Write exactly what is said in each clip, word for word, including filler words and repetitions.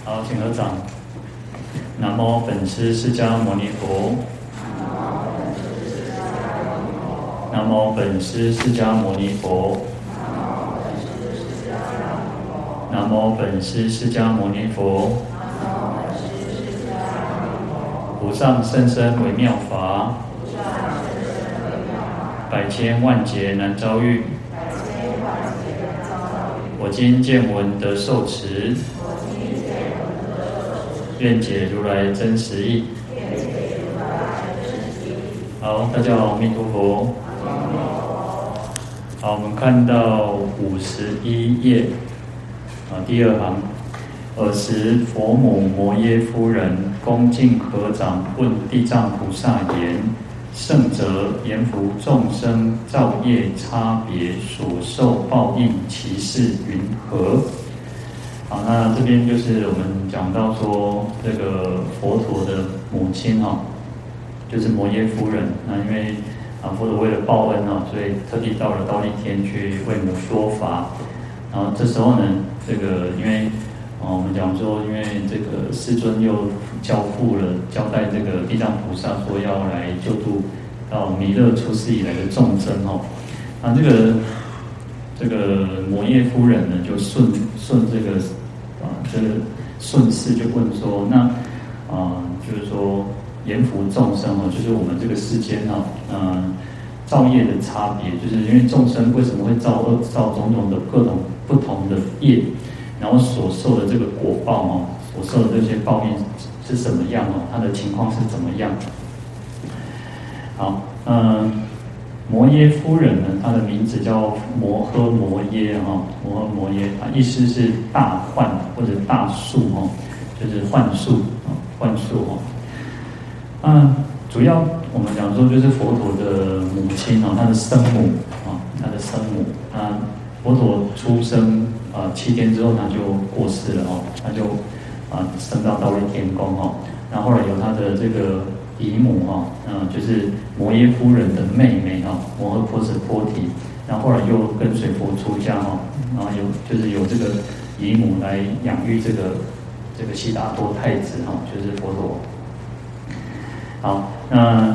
好，请合掌。南无本师释迦牟尼佛。南无本师释迦牟尼佛。南无本师释迦牟尼佛。无上甚深微妙法，百千万劫难遭遇。我今见闻得受持，愿解如来真实义。好，大家好，阿弥陀佛。好，我们看到五十一页啊，第二行。尔时佛母摩耶夫人恭敬合掌问地藏菩萨言：圣者，言服众生造业差别所受报应，其事云何？好，那这边就是我们讲到说，这个佛陀的母亲哈，就是摩耶夫人。那因为啊，佛陀为了报恩啊，所以特地到了忉利天去为母说法。然后这时候呢，这个因为哦，我们讲说，因为这个世尊又交付了，交代这个地藏菩萨说要来救度到弥勒出世以来的众生哦。那这个这个摩耶夫人呢，就顺顺这个啊，这个顺势就问说，那啊，就是说言服众生哦，就是我们这个世间哦，嗯，造业的差别，就是因为众生为什么会造恶，造种种的各种不同的业。然后所受的这个果报哦，所受的这些报应是什么样哦？它的情况是怎么样？好，嗯，摩耶夫人呢，她的名字叫摩诃摩耶哈，摩诃摩耶，它意思是大幻或者大树哦，就是幻树啊，幻树哦。嗯，主要我们讲说就是佛陀的母亲哦，她的生母啊，她的生母啊，佛陀出生。啊，七天之后他就过世了哦，他就啊升到忉利天宫哦，然后后来有他的这个姨母哈，嗯，就是摩耶夫人的妹妹哈，摩诃婆舍波提，然后后来又跟随佛出家哈，然后有就是有这个姨母来养育这个这个悉达多太子哈，就是佛陀。好，那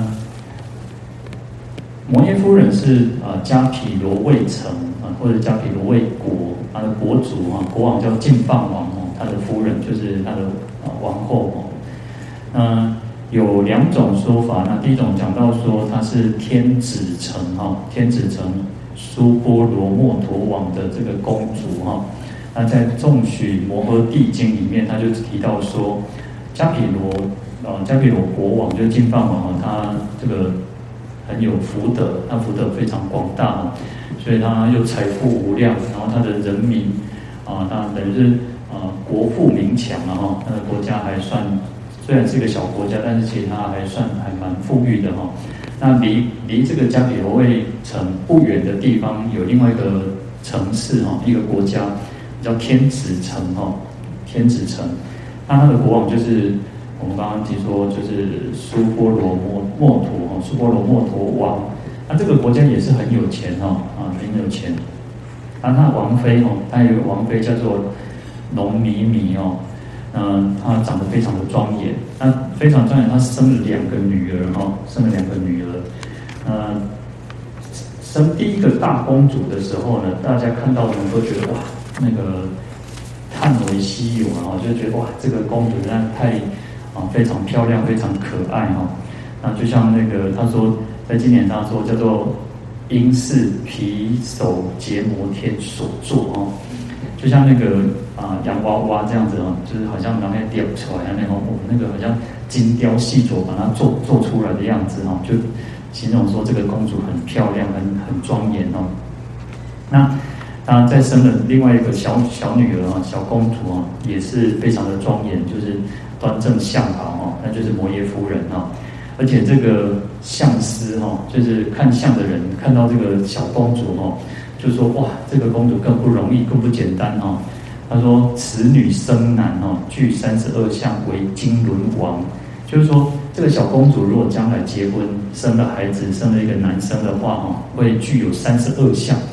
摩耶夫人是啊迦毗罗卫城啊，或者迦毗罗卫国。他的国主啊，国王叫净饭王哦，他的夫人就是他的啊王后哦。那有两种说法，那第一种讲到说她是天子城哈，天子城苏波罗摩陀王的这个公主哈。那在《众许摩诃帝经》里面，他就提到说，迦毗罗啊迦毗罗国王就是净饭王啊，他这个很有福德，他福德非常广大哦。所以他又财富无量，然后他的人民啊，他等于是啊国富民强了哈，他的国家还算虽然是个小国家，但是其实他还算还蛮富裕的哈。那离离这个迦毗罗卫城不远的地方有另外一个城市哈，一个国家叫天子城哈，天子城。那他的国王就是我们刚刚提说就是苏波罗摩摩陀哈，苏波罗摩陀王。那这个国家也是很有钱哦，啊，很有钱。啊，那王妃哦，她有一个王妃叫做龙弥弥哦，嗯，她长得非常的庄严，那非常庄严，她生了两个女儿哦，生了两个女儿。嗯，生第一个大公主的时候呢，大家看到呢都觉得哇，那个叹为稀有啊，就觉得哇，这个公主实在太啊非常漂亮，非常可爱哈。那就像那个他说。在经典上说叫做因是毗首结摩天所作哦，就像那个啊洋娃娃这样子哦，就是好像拿那雕出来的那种，那个好像精雕细琢把它做做出来的样子哦，就形容说这个公主很漂亮，很很庄严哦。那她再生了另外一个小小女儿啊，小公主啊，也是非常的庄严，就是端正相好哦，那就是摩耶夫人哦。而且这个相师哈，就是看相的人看到这个小公主哈，就说哇，这个公主更不容易，更不简单哈。他说：“此女生男哦，具三十二相，为金轮王。”就是说，这个小公主如果将来结婚生了孩子，生了一个男生的话哈，会具有三十二相。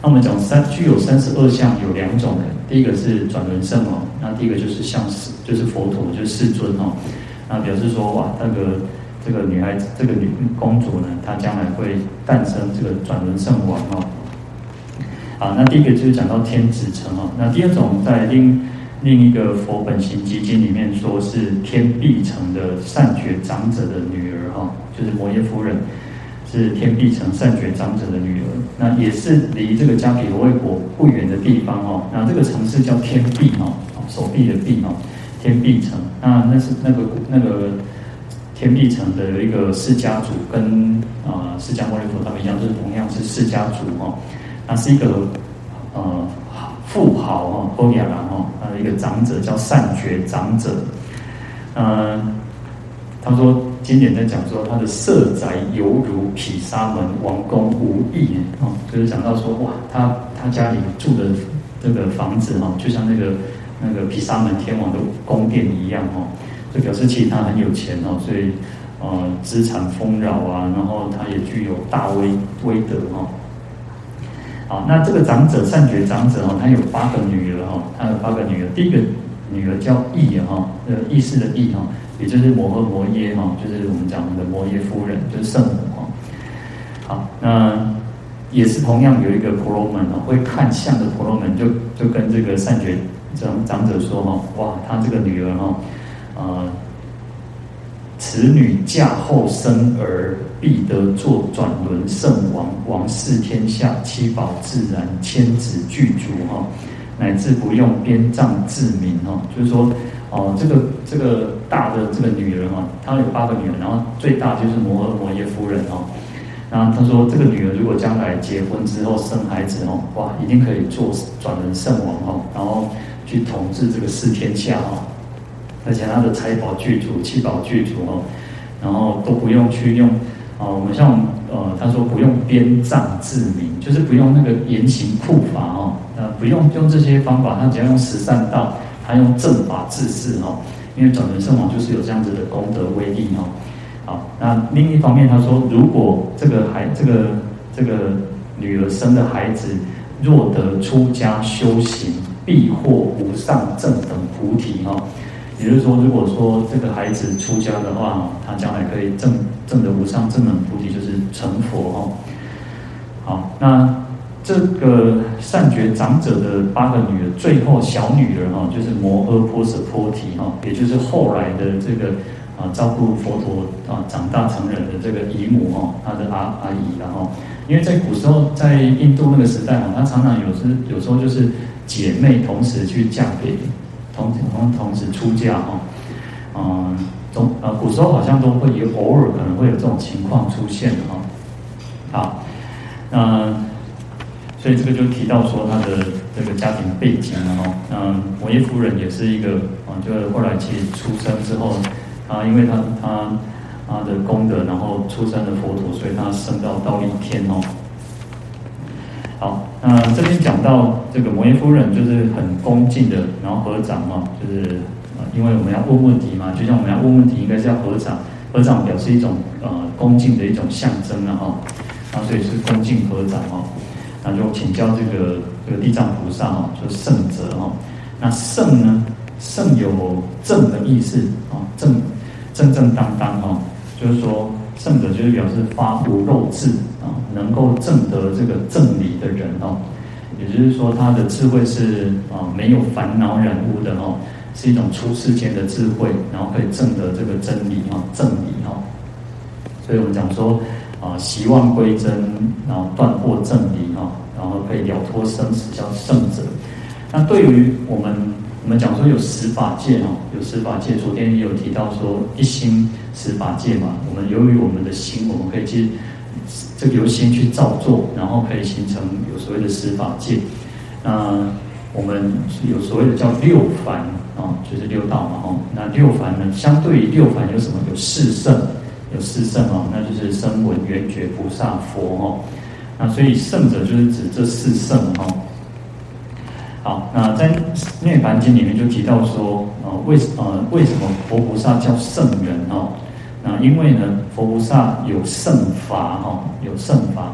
那我们讲三具有三十二相有两种人，第一个是转轮圣哦，那第一个就是像是就是佛陀就是世尊哦，那表示说哇那个这个女孩子这个女公主呢，她将来会诞生这个转轮圣王哦。好，那第一个就是讲到天子城哦，那第二种在另另一个佛本行集经里面说是天臂城的善觉长者的女儿哈，就是摩耶夫人。是天臂城善觉长者的女儿，那也是离这个迦毗罗卫国不远的地方哦。那这个城市叫天臂哦，手臂的臂哦，天臂城。那那是那个那个天臂城的有一个释迦族，跟啊、呃、释迦牟尼佛他们一样，就是同样是释迦族哦。那是一个呃富豪哦，欧亚郎哦，他的一个长者叫善觉长者，嗯、呃。他说，经典在讲说，他的舍宅犹如毗沙门王宫无异哦，就是讲到说，哇，他他家里住的这个房子哈，就像那个那个毗沙门天王的宫殿一样哦，就表示其实他很有钱哦，所以呃资产丰饶啊，然后他也具有大威威德哦。好，那这个长者善觉长者哦，他有八个女儿哈，他有八个女儿，第一个女儿叫意哈，呃意识的意哈。也就是摩诃摩耶哈，就是我们讲的摩耶夫人，就是圣母哈。好，那也是同样有一个婆罗门哦，会看相的婆罗门就就跟这个善觉长长者说哈，哇，他这个女儿哈，呃，此女嫁后生儿，必得做转轮圣王，王视天下，七宝自然，千子具足哈，乃至不用编葬自名哈，就是说。哦，这个这个大的这个女人哈，她有八个女儿，然后最大就是摩诃摩耶夫人哦。然后他说，这个女儿如果将来结婚之后生孩子哦，哇，一定可以做转轮圣王哦，然后去统治这个四天下哦。而且她的财宝具足，七宝具足哦，然后都不用去用哦，我们像呃，他说不用编葬自明，就是不用那个严刑酷法哦，呃，不用用这些方法，他只要用十善道。他用正法治世哈，因为转轮圣王就是有这样子的功德威力哈。好，那另一方面他说，如果这个孩这个这个女儿生的孩子，若得出家修行，必获无上正等菩提哈。也就是说，如果说这个孩子出家的话，他将来可以证证得无上正等菩提，就是成佛哈。好，那。这个善觉长者的八个女儿，最后小女儿哈，就是摩诃婆舍波提哈，也就是后来的这个啊照顾佛陀啊长大成人的这个姨母哈，她的阿阿姨然后，因为在古时候在印度那个时代哈，她常常有时有时候就是姐妹同时去嫁给同同同时出嫁哈，嗯，总啊古时候好像都会有偶尔可能会有这种情况出现哈，好，那。所以这个就提到说他的这个家庭背景了哈，嗯，摩耶夫人也是一个啊，就是后来其实出生之后，他因为他他他的功德，然后出生了佛陀，所以他升到忉利天哦。好，那这边讲到这个摩耶夫人就是很恭敬的，然后合掌嘛，就是啊，因为我们要问问题嘛，就像我们要问问题，应该是要合掌，合掌表示一种呃恭敬的一种象征啊哈，啊，所以是恭敬合掌哦。那就请教这个这个地藏菩萨哈，就是圣者哈。那圣呢，圣有正的意思啊，正正正当当哈，就是说圣者就是表示发无漏智啊，能够证得这个正理的人哦。也就是说，他的智慧是啊没有烦恼染污的哦，是一种出世间的智慧，然后可以证得这个真理啊，正理哈。所以我们讲说。啊，希望归真，然后断惑正理哈，然后可以了脱生死，叫圣者。那对于我们，我们讲说有十法界哈，有十法界。昨天也有提到说一心十法界嘛。我们由于我们的心，我们可以去这个由心去造作，然后可以形成有所谓的十法界。那我们有所谓的叫六凡啊，就是六道嘛哈。那六凡呢，相对于六凡有什么？有四圣。有四圣哦，那就是声闻、缘觉、菩萨、佛哦。那所以圣者就是指这四圣哦。好，那在《涅槃经》里面就提到说，呃，为呃为什么佛菩萨叫圣人哦？那因为呢，佛菩萨有圣法哈，有圣法。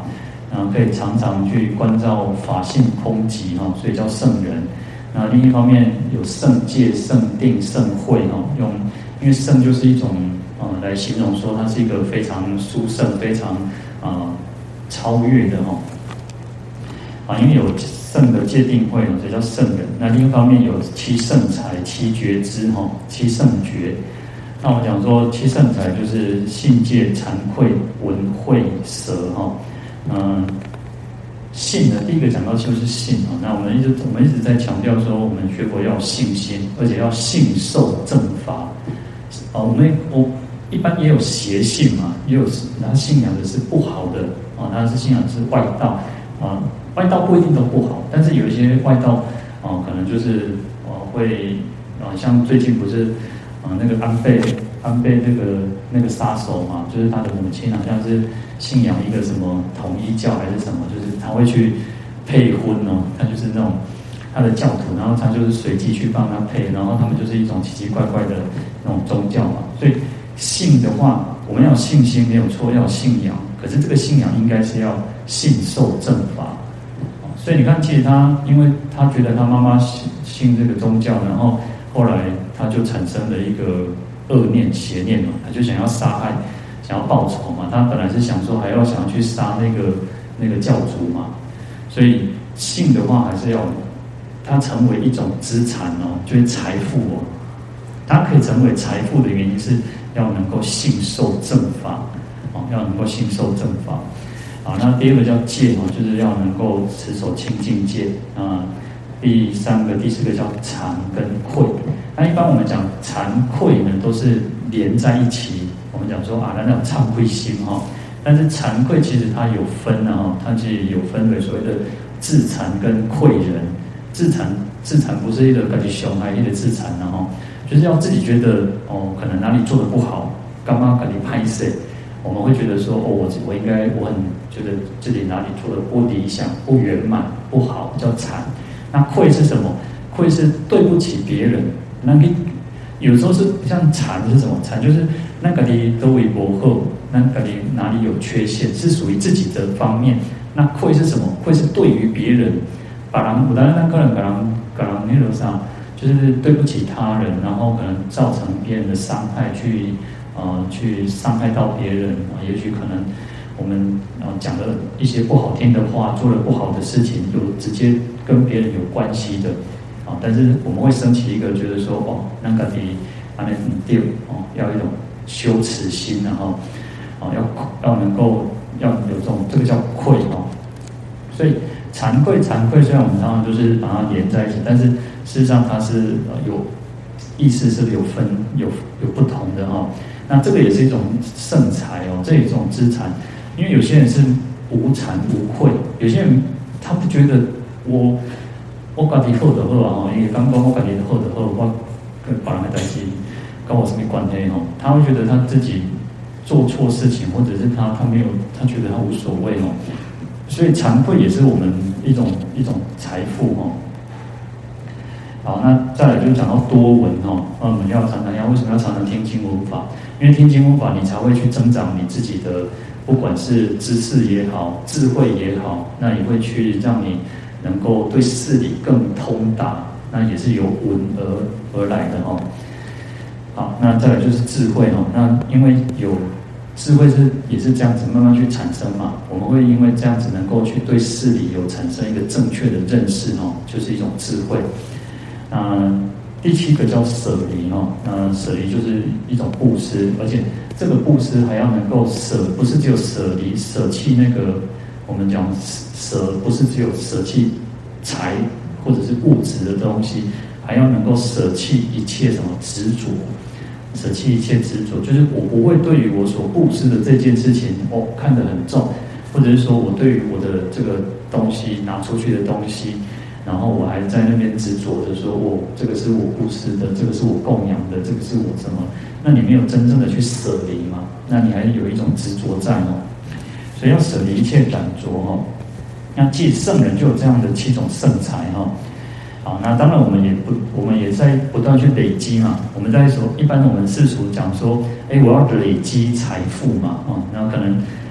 然后可以常常去关照法性空寂哈，所以叫圣人。那另一方面有圣戒、圣定、圣慧哈，用因为圣就是一种呃来形容说它是一个非常殊胜、非常啊、呃、超越的哈啊，因为有圣的戒定慧，所以叫圣人。那另一方面有七圣才、七觉支哈、七圣觉。那我们讲说七圣才就是信、戒、惭愧、闻、慧、舍哈，嗯。信呢，第一个讲到就是信啊。那我们一直我们一直在强调说，我们学佛要有信心，而且要信受正法。啊，我们我一般也有邪信嘛，也有他信仰的是不好的啊，他是信仰的是外道啊，外道不一定都不好，但是有一些外道啊，可能就是啊会啊，像最近不是啊那个安倍安倍那个那个杀手嘛，就是他的母亲好像是信仰一个什么统一教还是什么，就是他会去配婚哦，他就是那种他的教徒，然后他就是随机去帮他配，然后他们就是一种奇奇怪怪的那种宗教嘛。所以信的话，我们要有信心没有错，要有信仰，可是这个信仰应该是要信受正法。所以你看，其实他因为他觉得他妈妈信信这个宗教，然后后来他就产生了一个恶念邪念嘛，他就想要杀害，想要报仇嘛。他本来是想说还要想要去杀那个那个教主嘛，所以信的话还是要它成为一种资产哦，就是财富哦。它可以成为财富的原因是要能够信受正法哦，要能够信受正法。好，那第二个叫戒哦，就是要能够持守清净戒啊。第三个、第四个叫惭跟愧。那一般我们讲惭愧呢，都是连在一起。我们讲说啊，那种忏悔心哈，但是惭愧其实它有分啊，它其实有分为所谓的自惭跟愧人。自惭自惭不是一个感觉熊孩一个自惭然后，就是要自己觉得哦，可能哪里做的不好，刚刚感觉拍摄。我们会觉得说，哦，我我应该，我很觉得自己哪里做的不理想、不圆满、不好，叫惭。那愧是什么？愧是对不起别人。那你有时候是像惭是什么？惭就是那个你都为薄厚，那个你哪里有缺陷，是属于自己的方面。那愧是什么？愧是对于别人，把人不但那个人，把人把人那种啥，就是对不起他人，然后可能造成别人的伤害，去。呃，去伤害到别人啊，也许可能我们呃讲了一些不好听的话，做了不好的事情，有直接跟别人有关系的啊，但是我们会升起一个觉得说，哦，那个你那边很对哦，要一种羞耻心，然后啊，要要能够要有这种这个叫愧哦，所以惭愧惭愧，虽然我们常常就是把它连在一起，但是事实上它是呃有意思是有分有有不同的哈。那这个也是一种圣才哦，这也是一种资产，因为有些人是无惭无愧，有些人他不觉得我我家己好就好啊哈，因为刚刚我家己好就好，我跟别人的代志跟我什么关系哈？他会觉得他自己做错事情，或者是他他没有，他觉得他无所谓哦，所以惭愧也是我们一种一种财富哦。好，那再来就是讲到多闻哦，那我们要常常要为什么要常常听经闻法？因为听经闻法，你才会去增长你自己的，不管是知识也好，智慧也好，那也会去让你能够对事理更通达，那也是由闻而而来的哦。好，那再来就是智慧哦，那因为有智慧是也是这样子慢慢去产生嘛，我们会因为这样子能够去对事理有产生一个正确的认识哦，就是一种智慧。那第七个叫舍离哦，那舍离就是一种布施，而且这个布施还要能够舍，不是只有舍离舍弃那个我们讲舍，不是只有舍弃财或者是物质的东西，还要能够舍弃一切什么执着，舍弃一切执着，就是我不会对于我所布施的这件事情，我看得很重，或者是说我对于我的这个东西拿出去的东西。然后我还在那边执着的说，我、哦、这个是我布施的，这个是我供养的，这个是我什么？那你没有真正的去舍离嘛？那你还有一种执着在哦，所以要舍离一切染着哦。那即圣人就有这样的七种圣才哈。好，那当然我们也不，我们也在不断去累积嘛。我们在说，一般我们世俗讲说，哎，我要累积财富嘛，哦，然后可能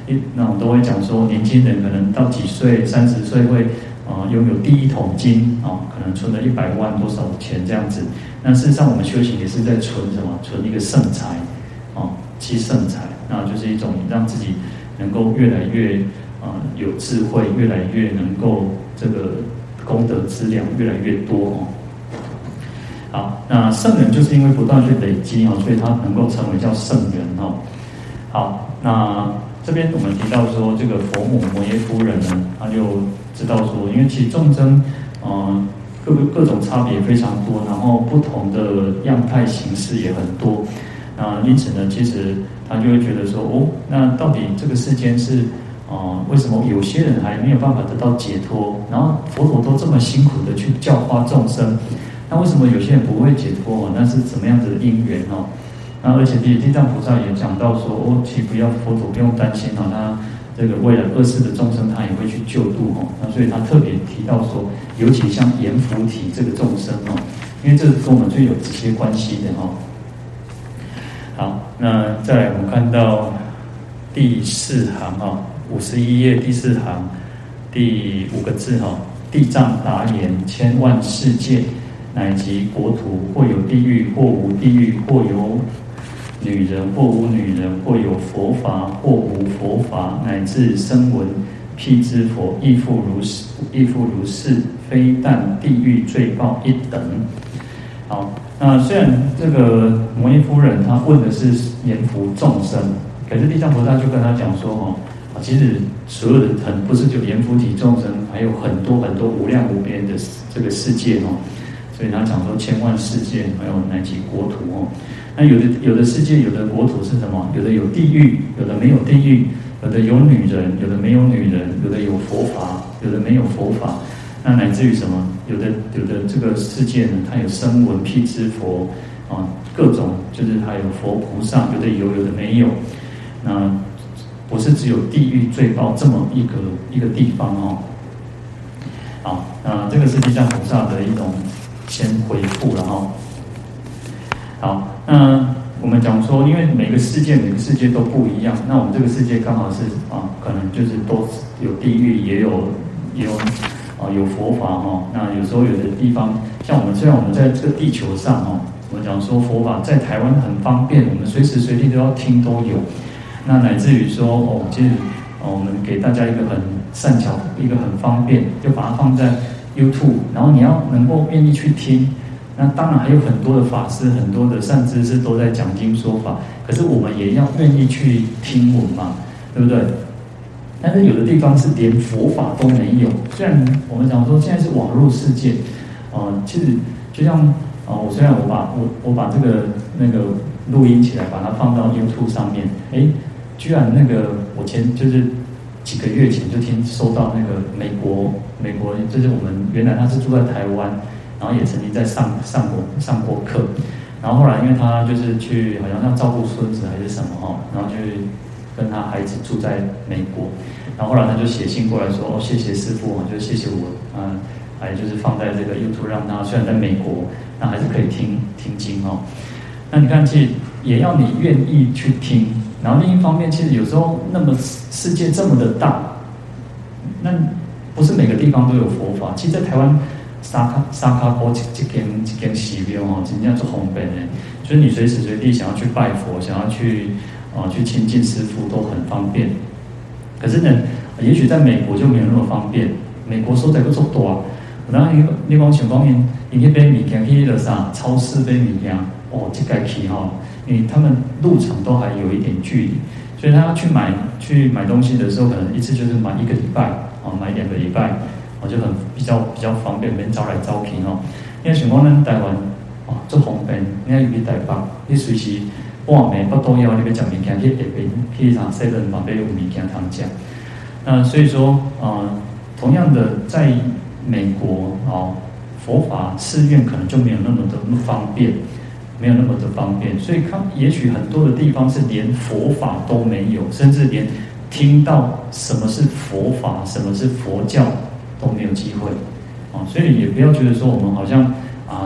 一那我都会讲说，年轻人可能到几岁，三十岁会啊、呃、拥有第一桶金啊、哦，可能存了一百万多少钱这样子。那事实上，我们修行也是在存什么？存一个圣财啊，积圣财，那就是一种让自己能够越来越啊、呃、有智慧，越来越能够这个功德资粮越来越多哦。好，那圣人就是因为不断去累积哦，所以他能够成为叫圣人哦。好，那这边我们提到说，这个佛母摩耶夫人呢，他就知道说，因为其实众生，呃，各各种差别非常多，然后不同的样态形式也很多，那因此呢，其实他就会觉得说，哦，那到底这个世间是，呃，为什么有些人还没有办法得到解脱？然后佛陀都这么辛苦的去教化众生。那为什么有些人不会解脱哦？那是怎么样子的因缘哦？那而且地藏菩萨也讲到说，哦，其实不要佛陀不用担心哦，他这个未来恶世的众生他也会去救度哦。那所以他特别提到说，尤其像阎浮提这个众生哦，因为这跟我们最有直接关系的哦。好，那再来我们看到第四行哦，五十一页第四行第五个字哈、哦，地藏答言：千万世界。乃及国土，或有地狱，或无地狱；或有女人，或无女人；或有佛法，或无佛法，乃至声闻辟支佛，亦复如是，亦复如是，非但地狱罪报一等。好，那虽然这个摩耶夫人她问的是阎浮众生，可是地藏菩萨就跟她讲说哦，其实所有的很不是就阎浮提众生，还有很多很多无量无边的这个世界哦。所以他讲说千万世界，还有乃及国土哦。那有的有的世界，有的国土是什么？有的有地狱，有的没有地狱；有的有女人，有的没有女人；有的有佛法，有的没有佛法。那乃至于什么？有的有的这个世界呢，它有声闻辟支佛啊，各种就是它有佛菩萨，有的有，有的没有。那不是只有地狱罪报这么一个一个地方哦。好，那这个是地藏菩萨的一种。先回复了哈。好，那我们讲说，因为每个世界每个世界都不一样，那我们这个世界刚好是啊，可能就是都有地狱，也有也有啊有佛法哈。那有时候有的地方，像我们虽然我们在这个地球上哈，我们讲说佛法在台湾很方便，我们随时随地都要听都有。那乃至于说哦，其实哦，我们给大家一个很善巧，一个很方便，就把它放在YouTube， 然后你要能够愿意去听，那当然还有很多的法师、很多的善知识都在讲经说法，可是我们也要愿意去听闻嘛，对不对？但是有的地方是连佛法都没有。虽然我们讲说现在是网络世界，呃，其实就像啊、呃，我虽然我把我我把这个那个录音起来，把它放到 YouTube 上面，哎，居然那个我前就是。几个月前就听收到那个美国，美国就是我们原来他是住在台湾，然后也曾经在上上过上过课，然后后来因为他就是去好像要照顾孙子还是什么哈，然后就跟他孩子住在美国，然后后来他就写信过来说哦谢谢师父，就谢谢我啊，还就是放在这个 YouTube 让他虽然在美国，那还是可以听听经哦。那你看，其实也要你愿意去听。然后另一方面，其实有时候那么世界这么的大，那不是每个地方都有佛法。其实，在台湾沙卡沙卡坡这间这间寺庙哦，真正做方便的，就是你随时随地想要去拜佛，想要去啊、呃、去亲近师父都很方便。可是呢，也许在美国就没有那么方便。美国所在都做大，然后你你讲想讲因因去买物件去那个啥超市买物件，哦，这个去哈。因为他们路程都还有一点距离，所以他要去买去买东西的时候，可能一次就是买一个礼拜，哦，买两个礼拜，哦，就很比较比较方便，免走来走去哦。因为像我咱台湾，哦，做方便，你看去台北，你随时半暝不都要你要吃物件，去下边去上 seven 旁边有物件通吃。那所以说，呃，同样的，在美国哦，佛法寺院可能就没有那么的那么方便。没有那么的方便，所以看也许很多的地方是连佛法都没有，甚至连听到什么是佛法、什么是佛教都没有机会啊。所以也不要觉得说我们好像啊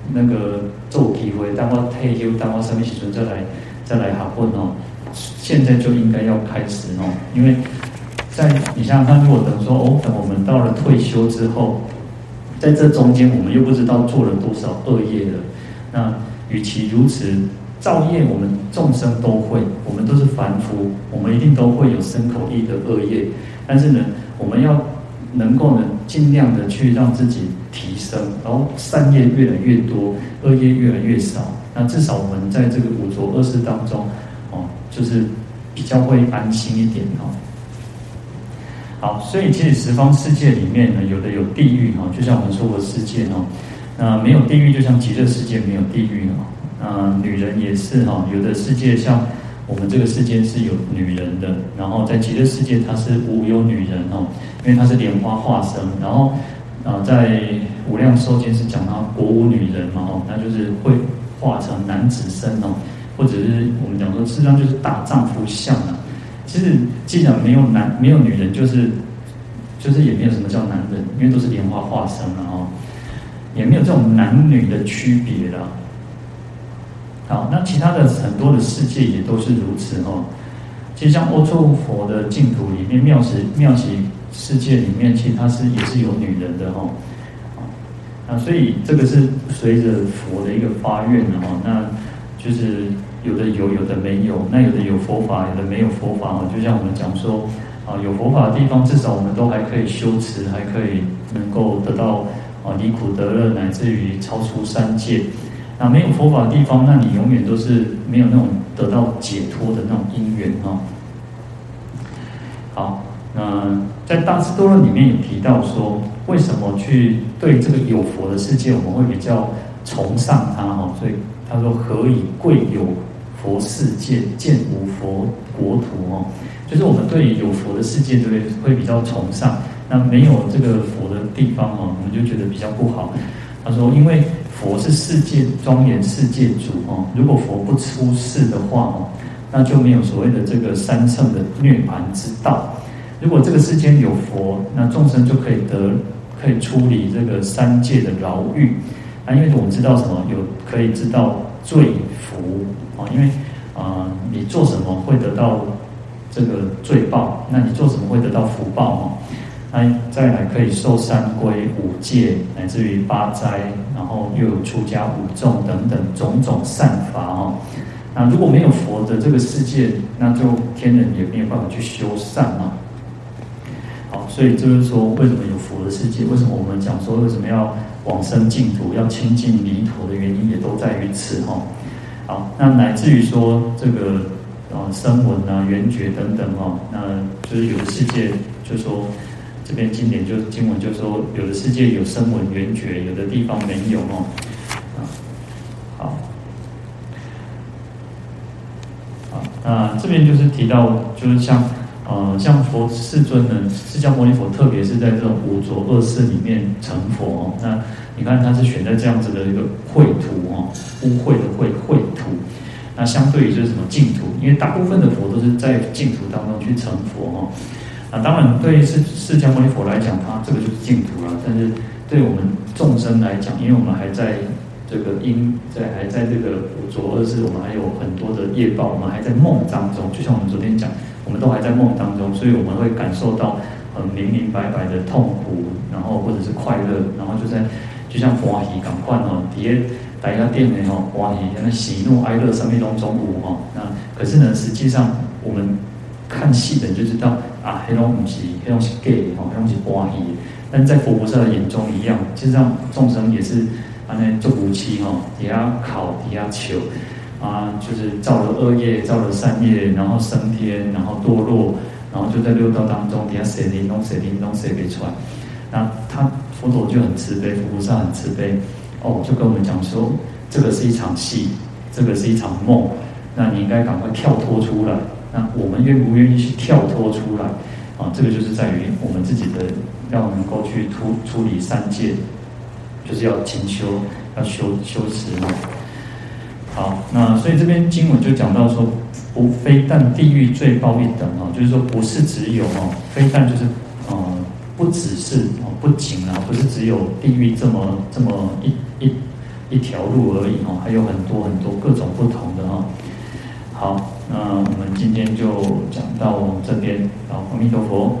那个做机会，当我退休，当我什么时阵再来再来学问哦，现在就应该要开始哦，因为在你想想看，如果等说哦，等我们到了退休之后，在这中间我们又不知道做了多少恶业了，那与其如此，造业我们众生都会，我们都是凡夫，我们一定都会有身口意的恶业，但是呢，我们要能够呢，尽量的去让自己提升，然后善业越来越多，恶业越来越少。那至少我们在这个五浊恶世当中，哦，就是比较会安心一点哦。好，所以其实十方世界里面呢，有的有地狱哈，就像我们说的世界哦，那没有地狱，就像极乐世界没有地狱哦。那女人也是哈，有的世界像我们这个世界是有女人的，然后在极乐世界它是无有女人哦，因为它是莲花化身，然后啊在无量寿经是讲到国无女人嘛哦，那就是会化成男子身哦，或者是我们讲说，事实上就是大丈夫相啊。其实既然没有男没有女人，就是就是也没有什么叫男人，因为都是莲花化身了哦，也没有这种男女的区别了。好，那其他的很多的世界也都是如此哦。其实像欧洲佛的净土里面，妙喜妙喜世界里面，其实它是也是有女人的哦。啊，所以这个是随着佛的一个发愿的哦，那就是有的有，有的没有。那有的有佛法，有的没有佛法哦。就像我们讲说，啊，有佛法的地方，至少我们都还可以修持，还可以能够得到啊离苦得乐，乃至于超出三界。那没有佛法的地方，那你永远都是没有那种得到解脱的那种因缘哦。好，那在大智度论里面有提到说，为什么去对这个有佛的世界，我们会比较崇尚它哦？所以他说：“何以贵有佛世界，见无佛国土哦？”就是我们对有佛的世界，对不对？会比较崇尚。那没有这个佛的地方哦，我们就觉得比较不好。他说：“因为佛是世界庄严世界主哦，如果佛不出世的话哦，那就没有所谓的这个三乘的涅槃之道。如果这个世间有佛，那众生就可以得，可以出离这个三界的牢狱。那因为我们知道什么，有可以知道罪福哦，因为啊、呃，你做什么会得到这个罪报，那你做什么会得到福报哦？那再来可以受三皈五戒，乃至于八斋，然后又有出家五众等等种种善法哦。那如果没有佛的这个世界，那就天人也没有办法去修善啊。好，所以就是说，为什么有佛的世界？为什么我们讲说为什么要往生净土，要亲近离陀的原因，也都在于此哈。好，那乃至于说这个啊声闻啊、缘觉等等哈，那就是有的世界就说。这边经典就经文就说，有的世界有声闻缘觉，有的地方没有哦。啊，好，好，那这边就是提到，就是像呃像佛世尊呢，释迦牟尼佛，特别是在这种五浊恶世里面成佛哦。那你看他是选在这样子的一个秽土哦，污秽的秽秽土。那相对于就是什么净土，因为大部分的佛都是在净土当中去成佛哦。啊，当然对释释迦牟尼佛来讲，它这个就是净土了。但是对我们众生来讲，因为我们还在这个因在还在这个五浊恶世，我们还有很多的业报，我们还在梦当中。就像我们昨天讲，我们都还在梦当中，所以我们会感受到很明明白白的痛苦，然后或者是快乐，然后就在就像欢喜感官哦，底下大家店的哦，欢喜那喜怒哀乐上面都总有哦。那可是呢，实际上我们看戏的人就知道啊，黑龙不是黑龙是 gay 哦，黑龙是欢喜。但在佛菩萨的眼中一样，实际上众生也是安尼做无期哦，底下考底下求啊，就是造了恶业，造了善业，然后升天，然后堕落，然后就在六道当中底下谁灵弄谁灵弄谁给出来。那他佛陀就很慈悲，佛菩萨很慈悲哦，就跟我们讲说，这个是一场戏，这个是一场梦，那你应该赶快跳脱出来。那我们愿不愿意去跳脱出来啊？这个就是在于我们自己的要能够去处处理三界，就是要勤修，要修修持嘛。好，那所以这边经文就讲到说，不非但地狱罪报一等哦，就是说不是只有哦，非但就是呃不只是哦，不仅啊，不是只有地狱这么这么一一一条路而已哦，还有很多很多各种不同的哦。好，那我们今天就讲到这边，好，阿弥陀佛。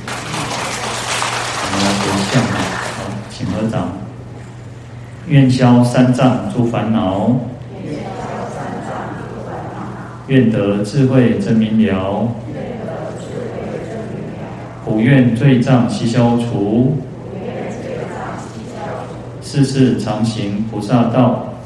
我们来回向啊，好，请合掌。愿消三障诸烦恼，愿得智慧真明了，普愿罪障悉消除，世世常行菩萨道。